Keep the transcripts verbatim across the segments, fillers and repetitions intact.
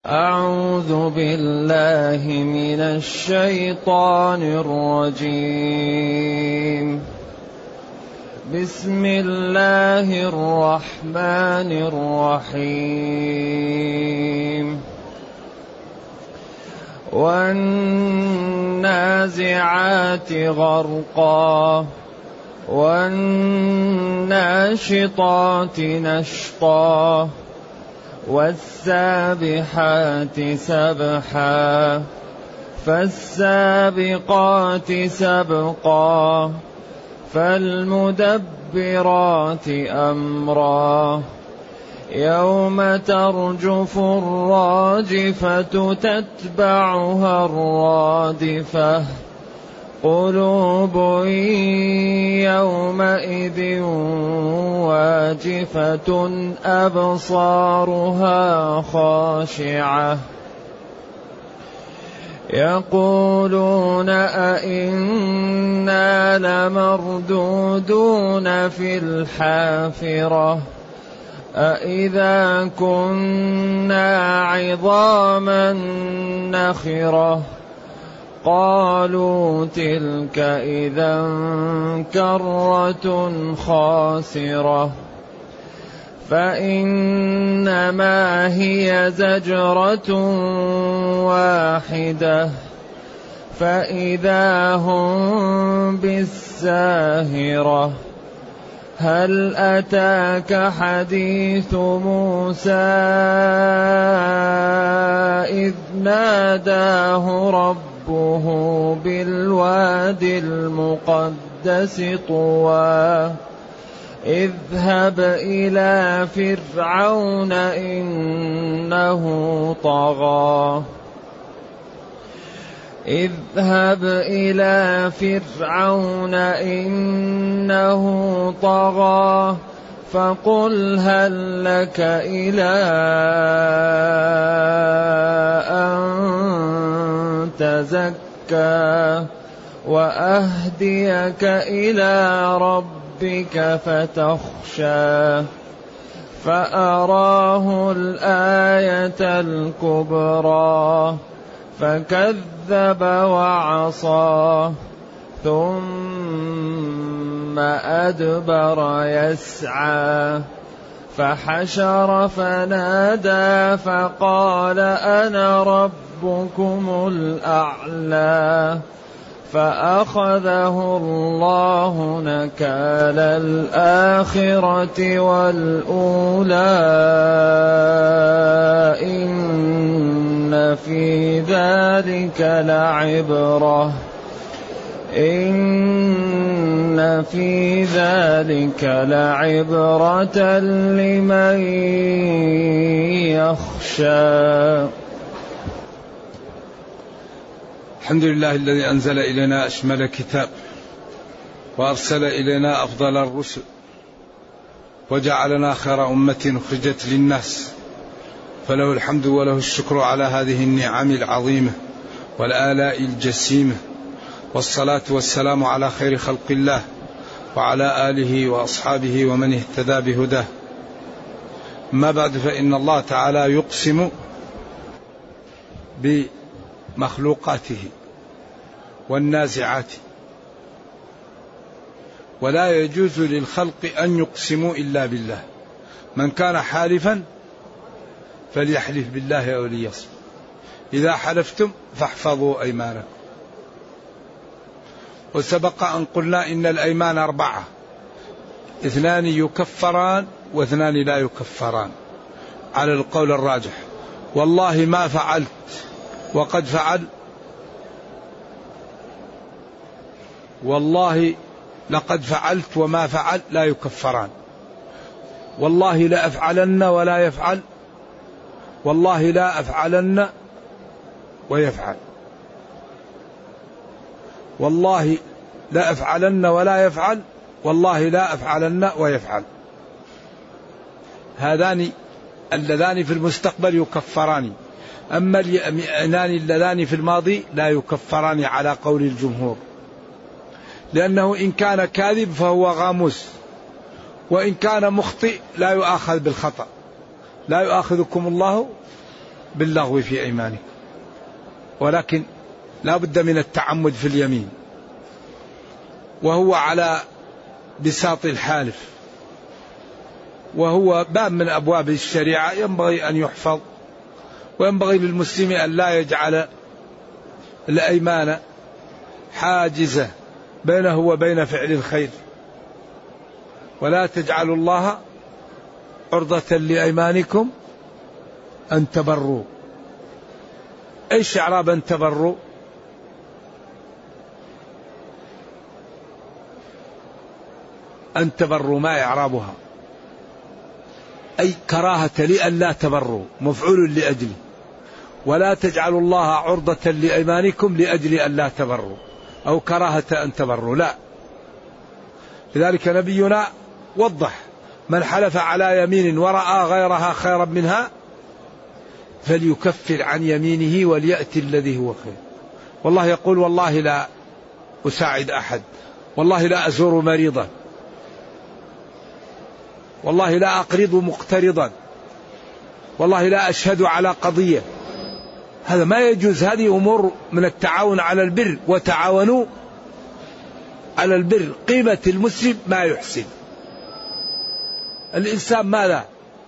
أعوذ بالله من الشيطان الرجيم. بسم الله الرحمن الرحيم. والنازعات غرقا والناشطات نشطا والسابحات سبحا فالسابقات سبقا فالمدبرات أمرا يوم ترجف الراجفة تتبعها الرادفة قلوب يومئذ واجفة أبصارها خاشعة يقولون أئنا لمردودون في الحافرة أئذا كنا عظاما نخرة قالوا تلك إذا كرة خاسرة فإنما هي زجرة واحدة فإذا هم بالساهرة هل أتاك حديث موسى إذ ناداه ربه بالواد المقدس طوى اذهب إلى فرعون إنه طغى اذهب إلى فرعون إنه طغى فقل هل لك إلى أن تزكى وأهديك إلى ربك فتخشى فأراه الآية الكبرى فكذب وعصى ثم أدبر يسعى فحشر فنادى فقال أنا ربكم الأعلى فأخذه الله نكال الآخرة والأولى إن في ذلك لعبرة إن في ذلك لعبرة لمن يخشى. الحمد لله الذي أنزل إلينا أشمل كتاب وأرسل إلينا أفضل الرسل وجعلنا خير أمة أخرجت للناس فله الحمد وله الشكر على هذه النعم العظيمة والآلاء الجسيمة والصلاة والسلام على خير خلق الله وعلى آله وأصحابه ومن اهتدى بهداه. ما بعد فإن الله تعالى يقسم بمخلوقاته والنازعات ولا يجوز للخلق أن يقسموا إلا بالله. من كان حالفا فليحلف بالله أو ليصمت. إذا حلفتم فاحفظوا أيمانكم. وسبق أن قلنا إن الأيمان أربعة، اثنان يكفران واثنان لا يكفران على القول الراجح. والله ما فعلت وقد فعل، والله لقد فعلت وما فعل لا يكفران. والله لا أفعلن ولا يفعل، والله لا أفعلن ويفعل، والله لا أفعلن ولا يفعل، والله لا أفعلن ويفعل. هذان اللذان في المستقبل يكفران، أما اليمينان اللذان في الماضي لا يكفران على قول الجمهور، لأنه إن كان كاذب فهو غاموس، وإن كان مخطئ لا يؤاخذ بالخطأ. لا يؤاخذكم الله باللغو في أيمانكم، ولكن لا بد من التعمد في اليمين، وهو على بساط الحالف، وهو باب من أبواب الشريعة ينبغي أن يحفظ، وينبغي للمسلم أن لا يجعل الأيمان حاجزة بينه وبين فعل الخير. ولا تجعلوا الله عرضة لأيمانكم أن تبروا. إيش إعراب أن تبروا؟ أن تبروا ما إعرابها؟ أي كراهة لأن لا تبروا، مفعول لأجله. ولا تجعلوا الله عرضة لأيمانكم لأجل أن لا تبروا أو كراهة أن تبروا، لا. لذلك نبينا وضح: من حلف على يمين ورأى غيرها خيرا منها فليكفر عن يمينه وليأتي الذي هو خير. والله يقول: والله لا أساعد أحد، والله لا أزور مريضا، والله لا أقرض مقترضا، والله لا أشهد على قضية. هذا ما يجوز. هذه أمور من التعاون على البر، وتعاونوا على البر. قيمة المسلم ما يحسن. الإنسان ماذا؟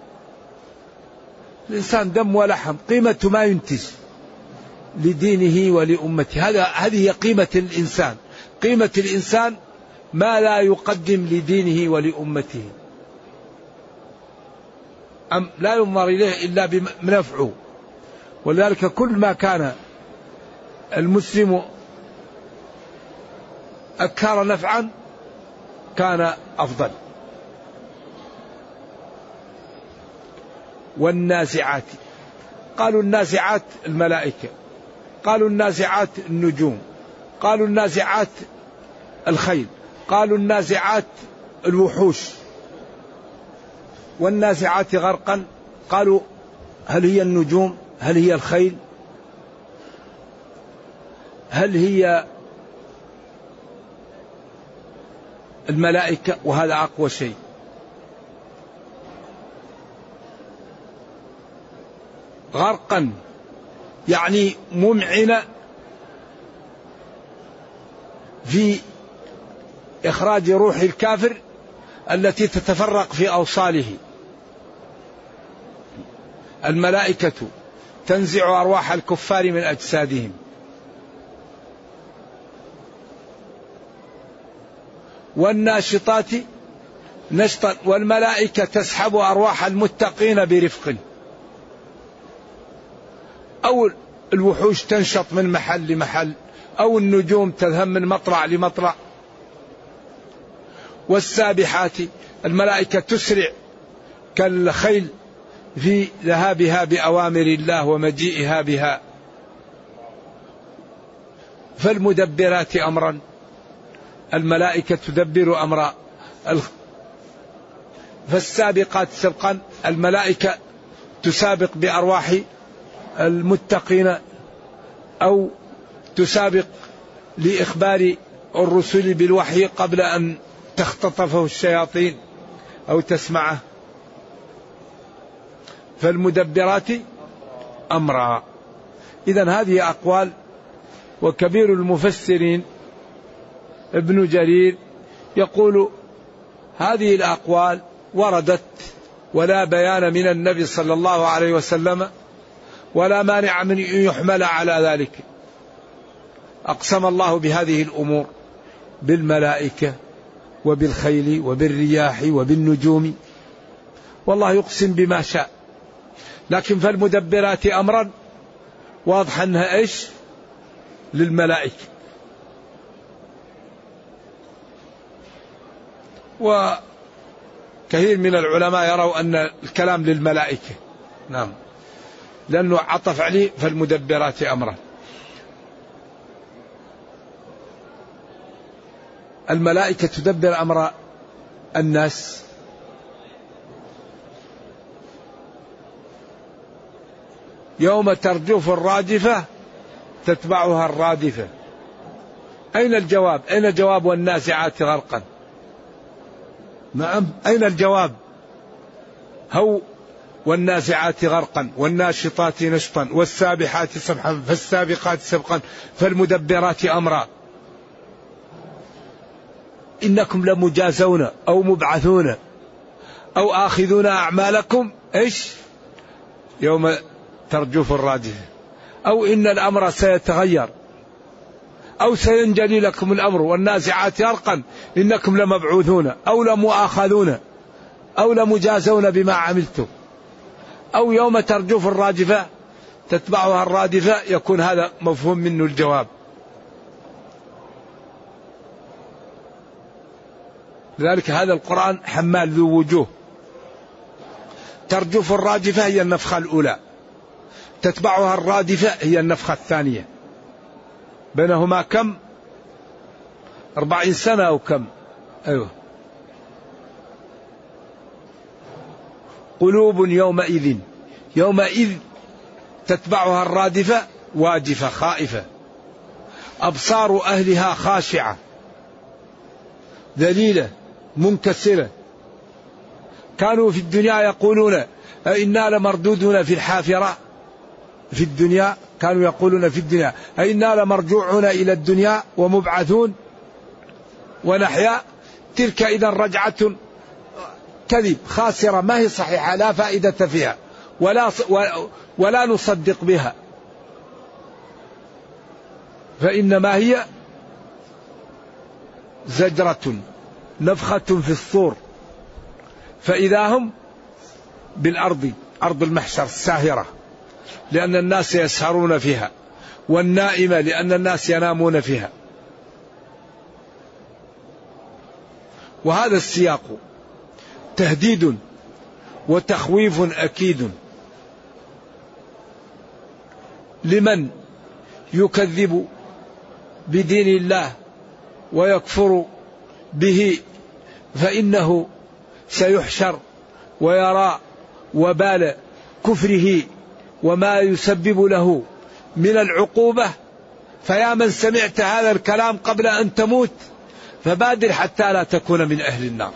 الإنسان دم ولحم، قيمته ما ينتج لدينه ولأمته. هذا هذه هي قيمة الإنسان. قيمة الإنسان ما لا يقدم لدينه ولأمته، أم لا ينظر إليه إلا بنفعه. ولذلك كل ما كان المسلم أكثر نفعا كان أفضل. والنازعات، قالوا النازعات الملائكة، قالوا النازعات النجوم، قالوا النازعات الخيل، قالوا النازعات الوحوش، والنازعات غرقا. قالوا هل هي النجوم؟ هل هي الخيل؟ هل هي الملائكة؟ وهذا أقوى شيء. غرقا يعني ممعنة في إخراج روح الكافر التي تتفرق في أوصاله. الملائكة تنزع أرواح الكفار من أجسادهم. والناشطات نشطا، والملائكة تسحب أرواح المتقين برفق. أو الوحوش تنشط من محل لمحل، أو النجوم تذهب من مطلع لمطلع. والسابحات، الملائكة تسرع كالخيل في ذهابها بأوامر الله ومجيئها بها. فالمدبرات أمرا، الملائكة تدبر أمرا. فالسابقات سبقا، الملائكة تسابق بأرواح المتقين، أو تسابق لإخبار الرسل بالوحي قبل أن تختطفه الشياطين أو تسمعه. فالمدبرات أمرا. إذن هذه أقوال. وكبير المفسرين ابن جرير يقول هذه الأقوال وردت ولا بيان من النبي صلى الله عليه وسلم ولا مانع من أن يحمل على ذلك. أقسم الله بهذه الأمور بالملائكة وبالخيل وبالرياح وبالنجوم، والله يقسم بما شاء. لكن فالمدبرات أمرا واضح أنها إيش؟ للملائكة. وكثير من العلماء يروا أن الكلام للملائكة، نعم، لأنه عطف عليه فالمدبرات أمرا. الملائكة تدبر أمر الناس. يوم ترجف الراجفة تتبعها الرادفة. أين الجواب؟ أين الجواب؟ والنازعات غرقا. نعم، أين الجواب؟ هو والنازعات غرقا والناشطات نشطا والسابحات سبحا فالسابقات سبقا فالمدبرات أمرا إنكم لمجازون أو مبعثون أو آخذون أعمالكم إيش يوم ترجف الراجفة أو إن الأمر سيتغير أو سينجلي لكم الأمر والنازعات غرقا إنكم لمبعوثون أو لمؤاخذون أو لمجازون بما عملتم أو يوم ترجف الراجفة تتبعها الرادفة يكون هذا مفهوم منه الجواب. لذلك هذا القرآن حمال ذو وجوه. ترجف الراجفة هي النفخة الأولى، تتبعها الرادفة هي النفخة الثانية، بينهما كم؟ أربعين سنة أو كم؟ أيوة. قلوب يومئذ يومئذ تتبعها الرادفة واجفة خائفة أبصار أهلها خاشعة ذليلة منكسرة كانوا في الدنيا يقولون أئنا لمردودون في الحافرة. في الدنيا كانوا يقولون في الدنيا أئنا لمرجوعون إلى الدنيا ومبعثون ونحيا. تلك إذا رجعة كذب خاسرة ما هي صحيحة لا فائدة فيها ولا ولا نصدق بها، فإنما هي زجرة نفخة في الصور فإذا هم بالأرض أرض المحشر الساهرة لأن الناس يسهرون فيها، والنائمة لأن الناس ينامون فيها. وهذا السياق تهديد وتخويف أكيد لمن يكذب بدين الله ويكفر به، فإنه سيحشر ويرى وبال كفره وما يسبب له من العقوبة. فيا من سمعت هذا الكلام قبل أن تموت فبادر حتى لا تكون من أهل النار.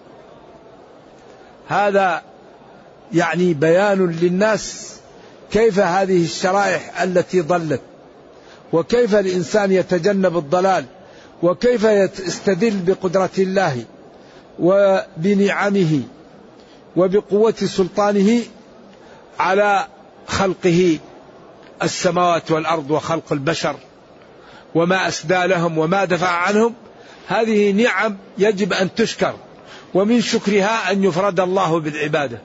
هذا يعني بيان للناس كيف هذه الشرائح التي ضلت، وكيف الإنسان يتجنب الضلال، وكيف يستدل بقدرة الله وبنعمه وبقوة سلطانه على خلقه السماوات والأرض وخلق البشر وما أسدى لهم وما دفع عنهم. هذه نعم يجب أن تشكر، ومن شكرها أن يفرد الله بالعبادة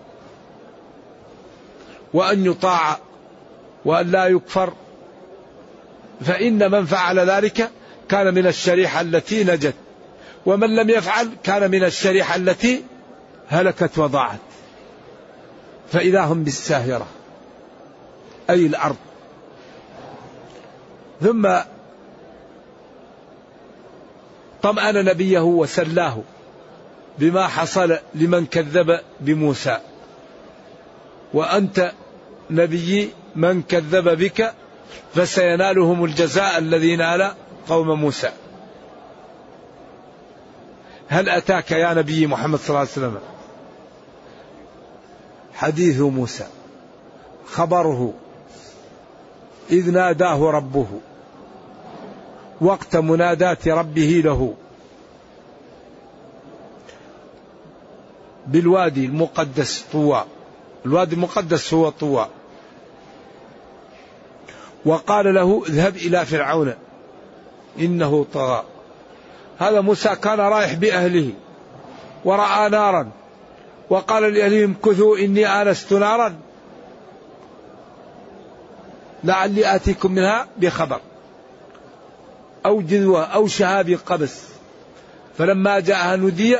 وأن يطاع وأن لا يكفر، فإن من فعل ذلك كان من الشريحة التي نجت، ومن لم يفعل كان من الشريحة التي هلكت وضاعت. فإذا هم بالساهرة أي الأرض. ثم طمأن نبيه وسلاه بما حصل لمن كذب بموسى، وأنت نبي من كذب بك فسينالهم الجزاء الذي نال قوم موسى. هل أتاك يا نبي محمد صلى الله عليه وسلم حديث موسى خبره إذ ناداه ربه وقت مناداة ربه له بالوادي المقدس طوى. الوادي المقدس هو طوى. وقال له اذهب إلى فرعون إنه طغى. هذا موسى كان رايح بأهله ورأى نارا وقال لأهلهم كثوا إني آنست نارا لعلي آتيكم منها بخبر أو جذوة أو شهاب قبس. فلما جاءها نودي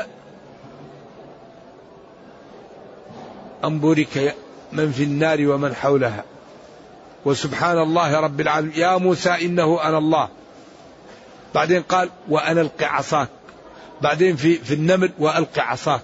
أن بورك من في النار ومن حولها وسبحان الله رب العالمين يا موسى إنه أنا الله. بعدين قال وأنا ألقي عصاك. بعدين في, في النمل وألقي عصاك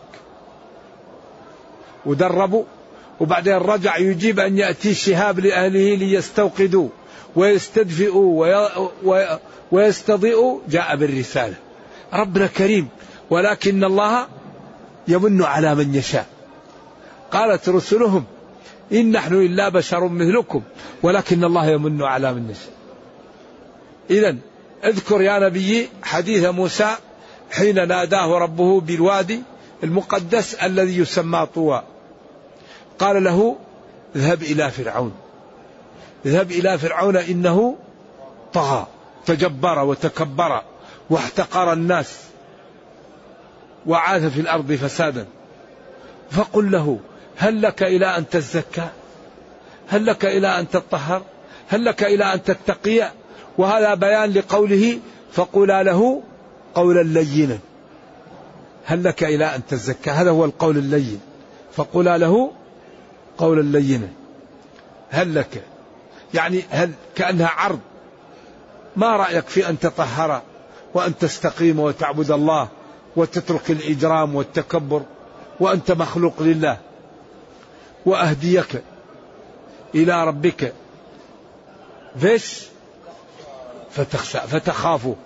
ودربوا. وبعدين رجع يجيب أن يأتي الشهاب لأهله ليستوقدوا ويستدفئوا وي ويستضيئوا. جاء بالرسالة. ربنا كريم ولكن الله يمن على من يشاء. قالت رسلهم إن نحن إلا بشر مثلكم ولكن الله يمن على من يشاء. إذن اذكر يا نبي حديث موسى حين ناداه ربه بالوادي المقدس الذي يسمى طوى، قال له اذهب إلى فرعون، اذهب إلى فرعون إنه طغى تجبر وتكبر واحتقر الناس وعاث في الأرض فسادا، فقل له هل لك إلى أن تزكى، هل لك إلى أن تطهر، هل لك إلى أن تتقي. وهذا بيان لقوله فقولا له قولا لينا، هل لك إلى أن تزكى، هذا هو القول اللين، فقولا له قولا لينا. هل لك يعني هل كأنها عرض، ما رأيك في أن تطهر وأن تستقيم وتعبد الله وتترك الإجرام والتكبر وأنت مخلوق لله، وأهديك إلى ربك فيش فتخشى فتخافوا.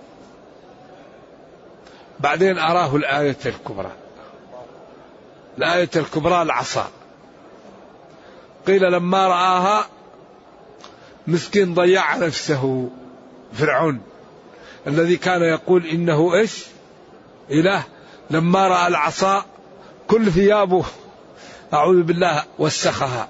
بعدين أراه الآية الكبرى، الآية الكبرى العصا. قيل لما رآها مسكين ضيع نفسه فرعون الذي كان يقول إنه إيش إله، لما رأى العصا كل ثيابه أعوذ بالله وسخها،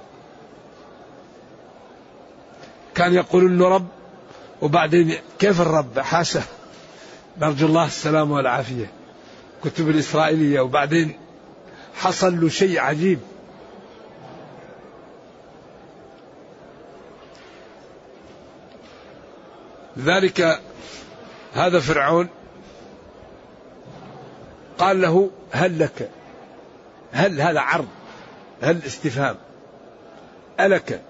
كان يقول إنه رب، وبعدين كيف الرب حاشا، نرجو الله السلام والعافية، كتب الإسرائيلية، وبعدين حصل له شيء عجيب. لذلك هذا فرعون قال له هل لك، هل هذا عرض، هل استفهام، ألك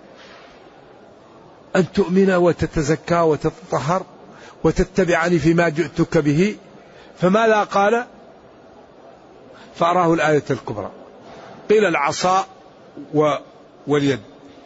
أن تؤمن وتتزكى وتتطهر وتتبعني فيما جئتك به؟ فماذا قال؟ فأراه الآية الكبرى. قيل العصا واليد،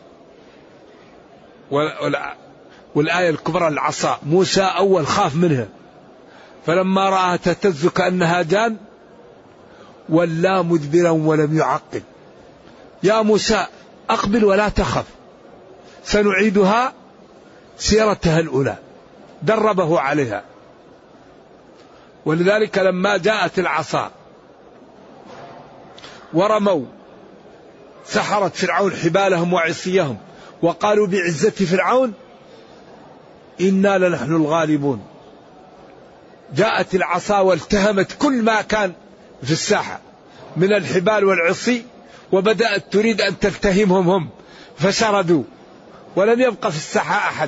والآية الكبرى العصا. موسى أول خاف منها، فلما رأى تهتز كأنها جان ولا مدبرا ولم يعقب. يا موسى أقبل ولا تخف سنعيدها سيرتها الأولى، دربه عليها. ولذلك لما جاءت العصا ورموا سحرة فرعون حبالهم وعصيهم وقالوا بعزة فرعون إنا لنحن الغالبون، جاءت العصا والتهمت كل ما كان في الساحة من الحبال والعصي، وبدأت تريد أن تلتهمهم هم، فشردوا ولم يبق في الساحة أحد.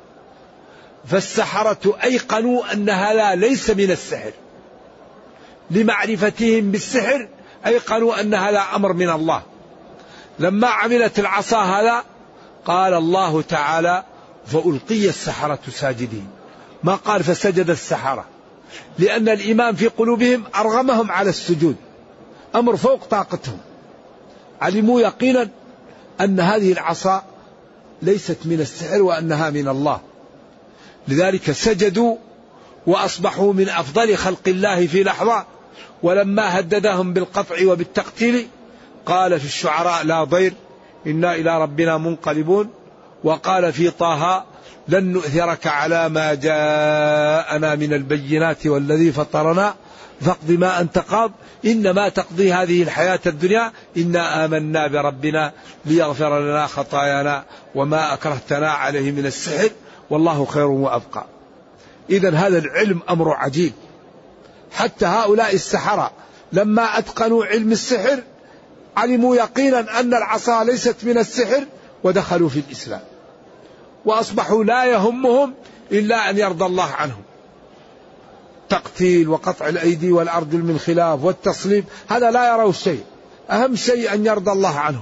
فالسحرة أيقنوا أن هذا ليس من السحر، لمعرفتهم بالسحر أيقنوا أن هذا أمر من الله. لما عملت العصا هذا قال الله تعالى فألقي السحرة ساجدين، ما قال فسجد السحرة، لأن الإيمان في قلوبهم أرغمهم على السجود، أمر فوق طاقتهم، علموا يقينا أن هذه العصا ليست من السحر وأنها من الله، لذلك سجدوا وأصبحوا من أفضل خلق الله في لحظة. ولما هددهم بالقطع وبالتقتيل قال في الشعراء لا ضير إنا إلى ربنا منقلبون، وقال في طه لن نؤثرك على ما جاءنا من البينات والذي فطرنا فاقض ما أنت قاض إنما تقضي هذه الحياة الدنيا إنا آمنا بربنا ليغفر لنا خطايانا وما أكرهتنا عليه من السحر والله خير وأبقى. إذن هذا العلم أمر عجيب، حتى هؤلاء السحرة لما أتقنوا علم السحر علموا يقينا أن العصا ليست من السحر ودخلوا في الإسلام، وأصبحوا لا يهمهم إلا أن يرضى الله عنهم. تقتيل وقطع الأيدي والأرجل من خلاف والتصليب هذا لا يروا شيء، أهم شيء أن يرضى الله عنهم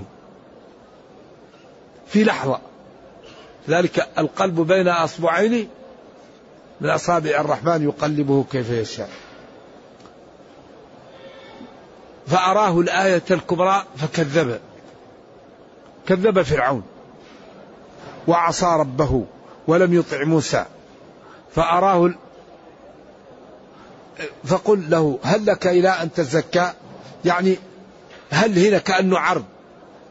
في لحظة. ذلك القلب بين أصبعين من أصابع الرحمن يقلبه كيف يشاء. فأراه الآية الكبرى فكذب، كذب فرعون وعصى ربه ولم يطع موسى. فأراه فقل له هل لك إلى أن تزكى، يعني هل هنا كأنه عرض،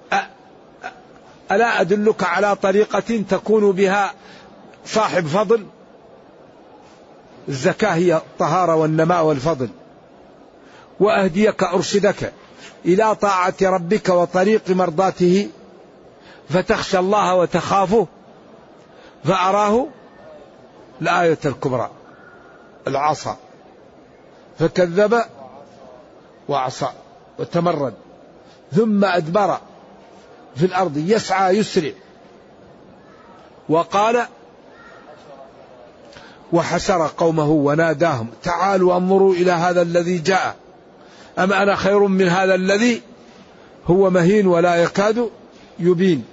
ألا أدلك على طريقة تكون بها صاحب فضل؟ الزكاة هي الطهارة والنماء والفضل. وأهديك أرشدك إلى طاعة ربك وطريق مرضاته فتخشى الله وتخافه، فأراه الآية الكبرى العصا فكذب وعصى وتمرد ثم أدبر في الأرض يسعى يسرع، وقال وحشر قومه وناداهم تعالوا انظروا إلى هذا الذي جاء أم أنا خير من هذا الذي هو مهين ولا يكاد يبين.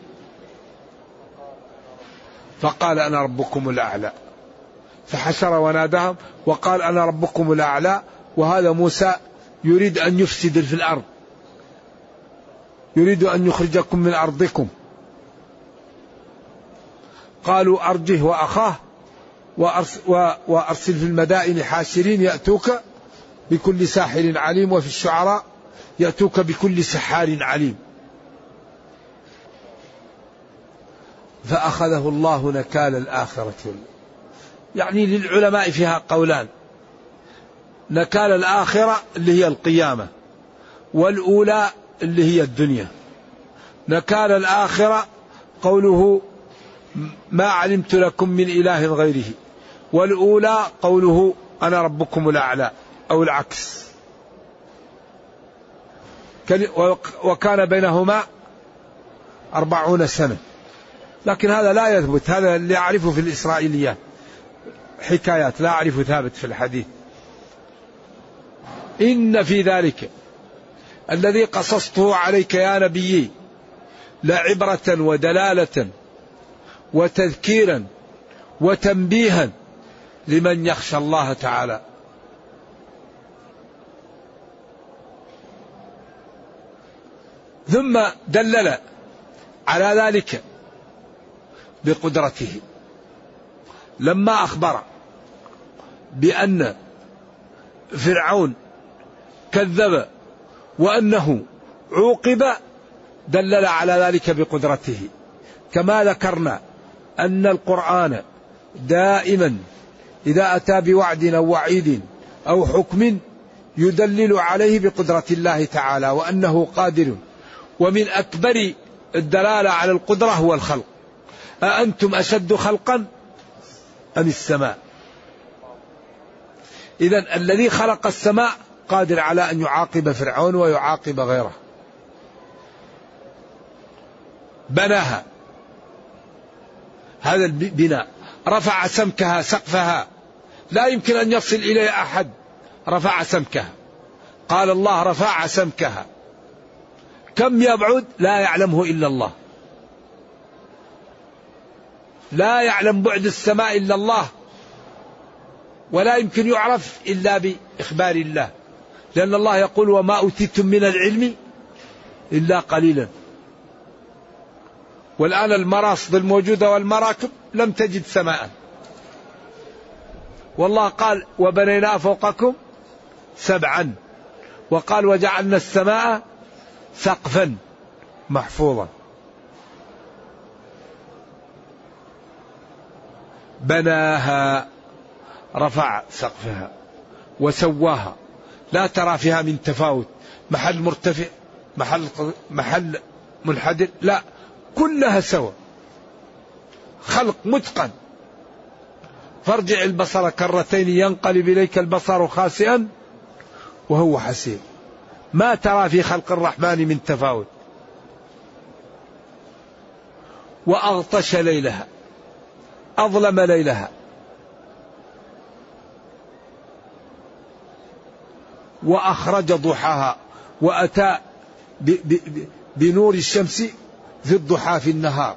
فقال أنا ربكم الأعلى، فحشر وناداهم وقال أنا ربكم الأعلى. وهذا موسى يريد أن يفسد في الأرض، يريد أن يخرجكم من أرضكم. قالوا أرجه وأخاه وأرسل في المدائن حاشرين يأتوك بكل ساحر عليم وفي الشعراء يأتوك بكل سحار عليم. فأخذه الله نكال الآخرة. يعني للعلماء فيها قولان: نكال الآخرة اللي هي القيامة، والأولى اللي هي الدنيا. نكال الآخرة قوله ما علمت لكم من إله غيره، والأولى قوله أنا ربكم الأعلى أو العكس. وكان بينهما أربعون سنة، لكن هذا لا يثبت، هذا اللي أعرفه في الإسرائيليات حكايات، لا أعرف ثابت في الحديث. إن في ذلك الذي قصصته عليك يا نبي لعبرة ودلالة وتذكيرا وتنبيها لمن يخشى الله تعالى. ثم دلل على ذلك بقدرته لما أخبر بأن فرعون كذب وأنه عوقب، دلل على ذلك بقدرته. كما ذكرنا أن القرآن دائما إذا أتى بوعد أو وعيد أو حكم يدلل عليه بقدرة الله تعالى وأنه قادر. ومن أكبر الدلالة على القدرة هو الخلق. أأنتم أشد خلقا أم السماء؟ إذن الذي خلق السماء قادر على أن يعاقب فرعون ويعاقب غيره. بناها، هذا البناء، رفع سمكها سقفها لا يمكن أن يصل إليه أحد، رفع سمكها. قال الله رفع سمكها، كم يبعد لا يعلمه إلا الله، لا يعلم بعد السماء إلا الله، ولا يمكن يعرف إلا بإخبار الله، لأن الله يقول وما أوتيتم من العلم إلا قليلا. والآن المراصد الموجودة والمراكب لم تجد سماء، والله قال وبنينا فوقكم سبعا، وقال وجعلنا السماء سقفا محفوظا. بناها، رفع سقفها وسواها، لا ترى فيها من تفاوت، محل مرتفع محل محل منحدر، لا كلها سوا، خلق متقن. فارجع البصر كرتين ينقلب إليك البصر خاسئا وهو حسير، ما ترى في خلق الرحمن من تفاوت. وأغطش ليلها، أظلم ليلها، وأخرج ضحاها، وأتى بنور الشمس في الضحى في النهار.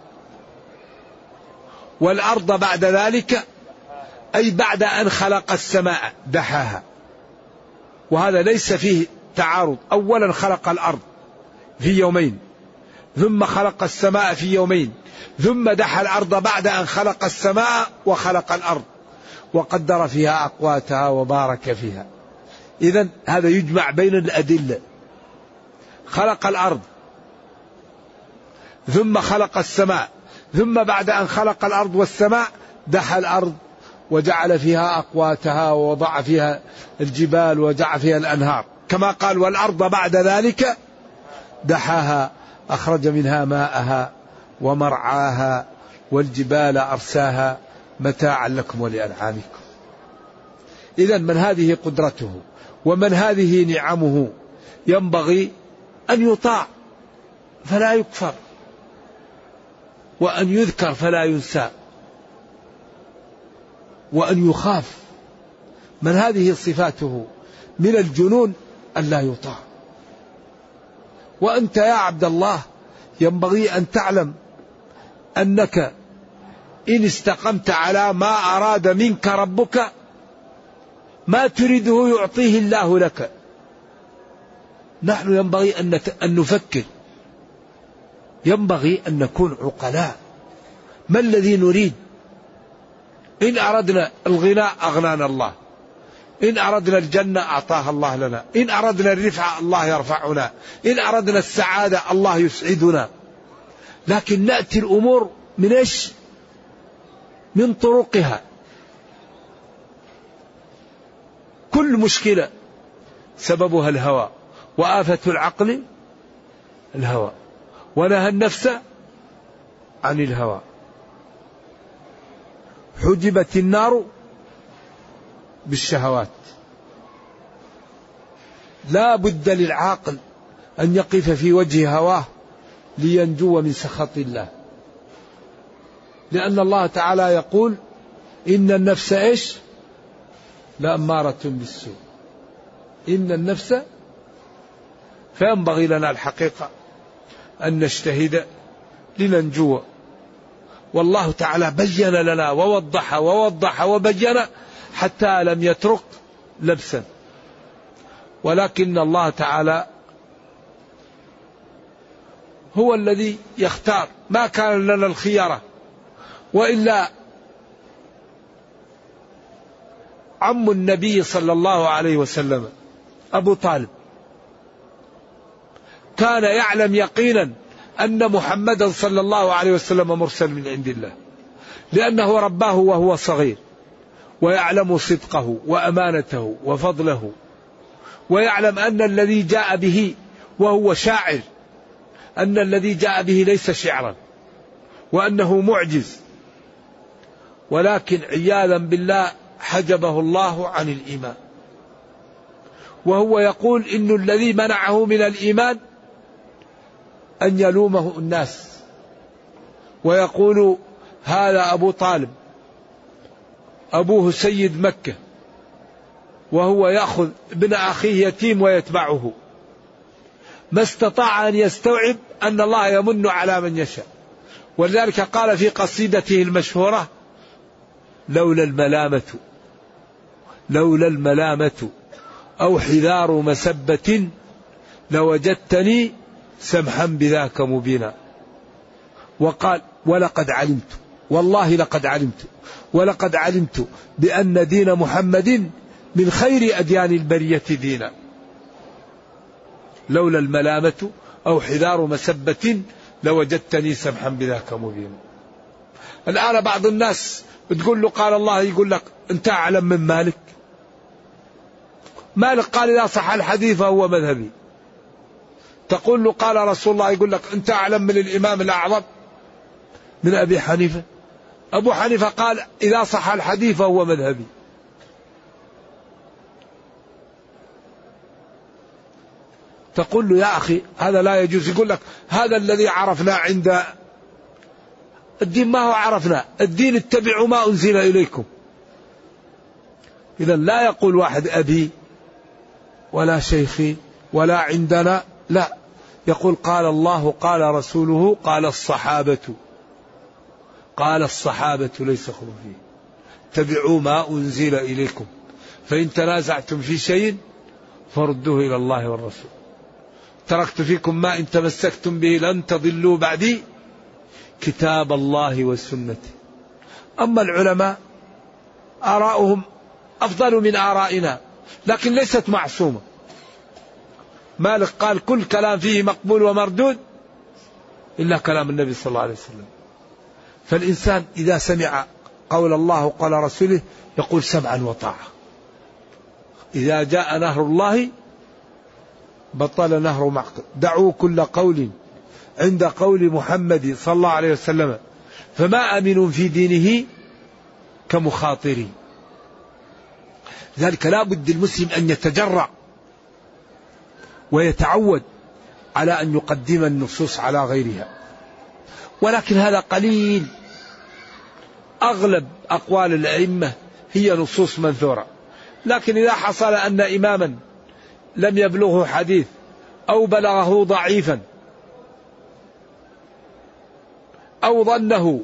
والأرض بعد ذلك أي بعد أن خلق السماء دحاها، وهذا ليس فيه تعارض. أولا خلق الأرض في يومين، ثم خلق السماء في يومين، ثم دحى الأرض بعد أن خلق السماء وخلق الأرض، وقدر فيها أقواتها وبارك فيها. إذن هذا يجمع بين الأدلة. خلق الأرض ثم خلق السماء، ثم بعد أن خلق الأرض والسماء دحى الأرض وجعل فيها أقواتها ووضع فيها الجبال وجعل فيها الأنهار، كما قال والأرض بعد ذلك دحاها أخرج منها ماءها ومرعاها والجبال أرساها متاعا لكم ولأنعامكم. إذن من هذه قدرته ومن هذه نعمه ينبغي أن يطاع فلا يكفر، وأن يذكر فلا ينسى، وأن يخاف. من هذه صفاته من الجنون أن لا يطاع. وأنت يا عبد الله ينبغي أن تعلم أنك إن استقمت على ما أراد منك ربك ما تريده يعطيه الله لك. نحن ينبغي أن أن نفكر، ينبغي أن نكون عقلاء. ما الذي نريد؟ إن أردنا الغنى أغنانا الله، إن أردنا الجنة أعطاها الله لنا، إن أردنا الرفعة الله يرفعنا، إن أردنا السعادة الله يسعدنا. لكن نأتي الأمور من إيش؟ من طرقها. كل مشكلة سببها الهوى، وآفة العقل الهوى، ونهى النفس عن الهوى. حجبت النار بالشهوات. لا بد للعاقل أن يقف في وجه هواه لينجو من سخط الله، لأن الله تعالى يقول إن النفس إيش؟ لأمارة بالسوء، إن النفس. فينبغي لنا الحقيقة أن نجتهد لننجو. والله تعالى بين لنا ووضح ووضح وبين حتى لم يترك لبسا. ولكن الله تعالى هو الذي يختار، ما كان لنا الخيارة. وإلا عم النبي صلى الله عليه وسلم أبو طالب كان يعلم يقينا أن محمدا صلى الله عليه وسلم مرسل من عند الله، لأنه رباه وهو صغير، ويعلم صدقه وأمانته وفضله، ويعلم أن الذي جاء به وهو شاعر، أن الذي جاء به ليس شعرا، وأنه معجز. ولكن عياذا بالله حجبه الله عن الإيمان، وهو يقول إن الذي منعه من الإيمان أن يلومه الناس ويقول هذا أبو طالب أبوه سيد مكة، وهو يأخذ ابن أخيه يتيم ويتبعه. ما استطاع أن يستوعب أن الله يمن على من يشاء. ولذلك قال في قصيدته المشهورة لولا الملامة لولا الملامة أو حذار مسبة لوجدتني سمحا بذاك مبينا. وقال ولقد علمت، والله لقد علمت، ولقد علمت بأن دين محمد من خير أديان البرية دينا. لولا الملامة أو حذار مسبة لوجدتني سمحا بذاك مبينا. الآن بعض الناس تقول له قال الله، يقول لك أنت أعلم من مالك. مالك قال إذا صح الحديث فهو مذهبي. تقول له قال رسول الله، يقول لك أنت أعلم من الإمام الأعظم من أبي حنيفة. أبو حنيفة قال إذا صح الحديث فهو مذهبي. تقول له يا أخي هذا لا يجوز. يقول لك هذا الذي عرفنا عند الدين، ما هو عرفنا الدين اتبعوا ما أنزل إليكم. إذا لا يقول واحد أبي ولا شيخي ولا عندنا، لا، يقول قال الله قال رسوله قال الصحابة، قال الصحابة ليس خلفيه. اتبعوا ما أنزل إليكم فإن تنازعتم في شيء فردوه إلى الله والرسول. تركت فيكم ما إن تمسكتم به لن تضلوا بعدي كتاب الله وسنتي. أما العلماء آراؤهم أفضل من آرائنا، لكن ليست معصومة. مالك قال كل كلام فيه مقبول ومردود إلا كلام النبي صلى الله عليه وسلم. فالإنسان إذا سمع قول الله وقال رسوله يقول سمعا وطاعة. إذا جاء نهر الله بطل نهر معقل. دعوا كل قول عند قول محمد صلى الله عليه وسلم فما أمن في دينه كمخاطرين. ذلك لا بد المسلم أن يتجرع ويتعود على أن يقدم النصوص على غيرها، ولكن هذا قليل. أغلب أقوال الأئمة هي نصوص منثورة. لكن إذا حصل أن إماما لم يبلغه حديث أو بلغه ضعيفا أو ظنه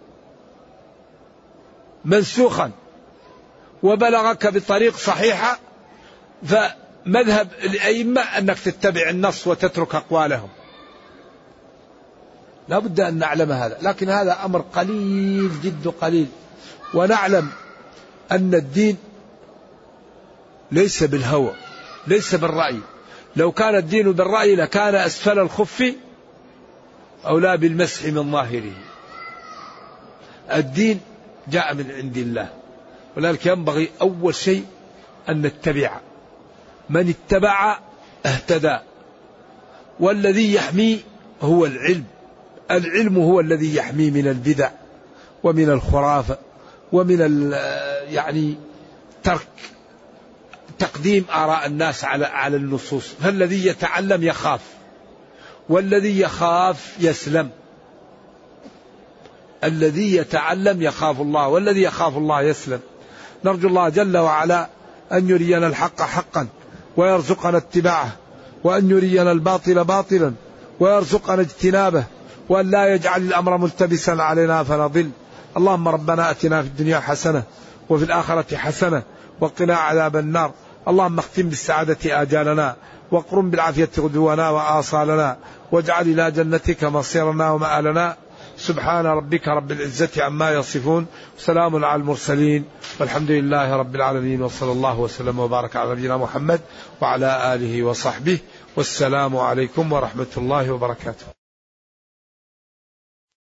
منسوخا وبلغك بطريق صحيحة، فمذهب الأئمة أنك تتبع النص وتترك أقوالهم. لا بد أن نعلم هذا، لكن هذا أمر قليل جد قليل. ونعلم أن الدين ليس بالهوى، ليس بالرأي. لو كان الدين بالرأي لكان أسفل الخف أو لا بالمسح من ظاهره. الدين جاء من عند الله، ولذلك ينبغي أول شيء أن نتبع. من اتبع اهتدى، والذي يحمي هو العلم. العلم هو الذي يحمي من البدع ومن الخرافة ومن يعني ترك تقديم آراء الناس على على النصوص. فالذي يتعلم يخاف، والذي يخاف يسلم. الذي يتعلم يخاف الله، والذي يخاف الله يسلم. نرجو الله جل وعلا أن يرينا الحق حقا ويرزقنا اتباعه، وأن يرينا الباطل باطلا ويرزقنا اجتنابه، وأن لا يجعل الأمر ملتبسا علينا فنضل. اللهم ربنا أتنا في الدنيا حسنة وفي الآخرة حسنة وقنا عذاب النار. اللهم اختم بالسعادة آجالنا، واقرم بالعافية غدونا وآصالنا، واجعل إلى جنتك مصيرنا ومآلنا. سبحان ربك رب العزة عما يصفون، سلام على المرسلين، والحمد لله رب العالمين، وصلى الله وسلم وبارك على نبينا محمد وعلى آله وصحبه، والسلام عليكم ورحمة الله وبركاته.